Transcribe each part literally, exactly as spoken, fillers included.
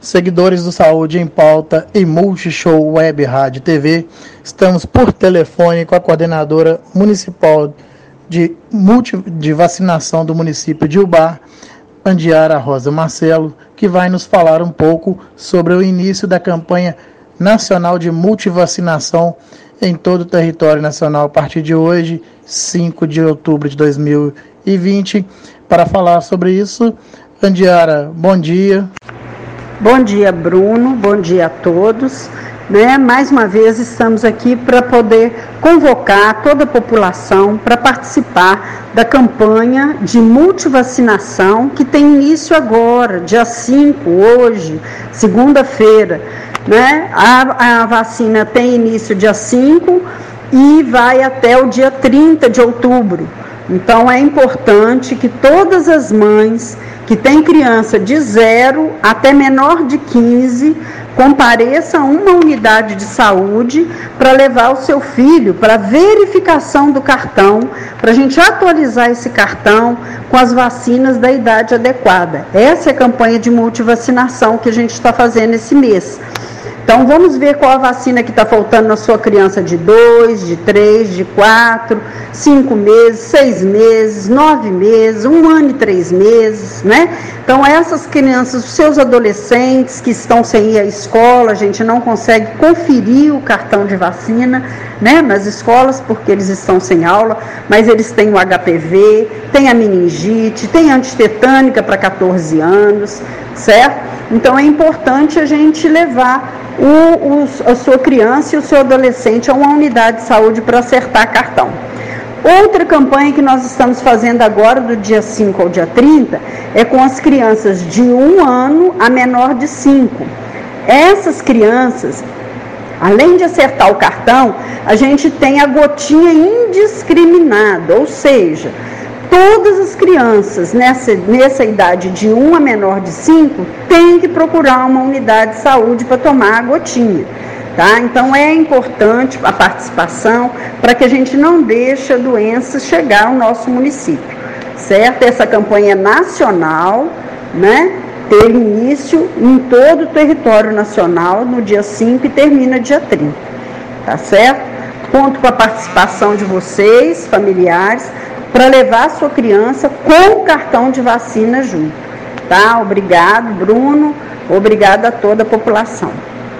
Seguidores do Saúde em Pauta e Multishow Web Rádio e T V, estamos por telefone com a coordenadora municipal de, multi, de vacinação do município de Ubar, Andiara Rosa Marcelo, que vai nos falar um pouco sobre o início da campanha nacional de multivacinação em todo o território nacional a partir de hoje, cinco de outubro de dois mil e vinte. Para falar sobre isso, Andiara, bom dia. Bom dia, Bruno, bom dia a todos. Né? Mais uma vez estamos aqui para poder convocar toda a população para participar da campanha de multivacinação que tem início agora, dia cinco, hoje, segunda-feira. Né? A, a vacina tem início dia cinco e vai até o dia trinta de outubro. Então é importante que todas as mães que têm criança de zero até menor de quinze compareçam a uma unidade de saúde para levar o seu filho para verificação do cartão, para a gente atualizar esse cartão com as vacinas da idade adequada. Essa é a campanha de multivacinação que a gente está fazendo esse mês. Então, vamos ver qual a vacina que está faltando na sua criança de dois, de três, de quatro, cinco meses, seis meses, nove meses, um ano e três meses, né? Então, essas crianças, os seus adolescentes que estão sem ir à escola, a gente não consegue conferir o cartão de vacina, né, nas escolas, porque eles estão sem aula, mas eles têm o H P V, tem a meningite, tem a antitetânica para catorze anos, certo? Então, é importante a gente levar O, o, a sua criança e o seu adolescente a uma unidade de saúde para acertar cartão. Outra campanha que nós estamos fazendo agora, do dia cinco ao dia trinta, é com as crianças de um ano a menor de cinco. Essas crianças, além de acertar o cartão, a gente tem a gotinha indiscriminada, ou seja, todas as crianças nessa, nessa idade de um a menor de cinco têm que procurar uma unidade de saúde para tomar a gotinha. Tá? Então é importante a participação para que a gente não deixe a doença chegar ao nosso município. Certo? Essa campanha nacional, né, ter início em todo o território nacional no dia cinco e termina dia trinta. Tá certo? Conto com a participação de vocês, familiares, para levar a sua criança com o cartão de vacina junto. Tá? Obrigado, Bruno. Obrigado a toda a população.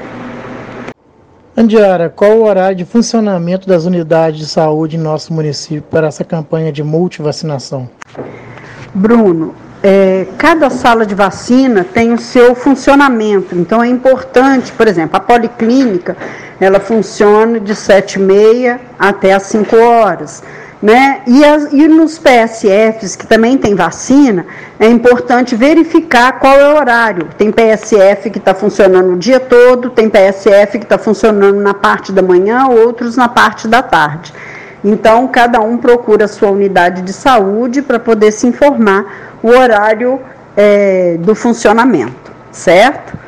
Andiara, qual o horário de funcionamento das unidades de saúde em nosso município para essa campanha de multivacinação? Bruno, é, cada sala de vacina tem o seu funcionamento. Então é importante, por exemplo, a policlínica, ela funciona de sete e meia até às cinco horas. Né? E, as, e nos P S Fs, que também tem vacina, é importante verificar qual é o horário. Tem P S F que está funcionando o dia todo, tem P S F que está funcionando na parte da manhã, outros na parte da tarde. Então, cada um procura a sua unidade de saúde para poder se informar o horário é, do funcionamento, certo?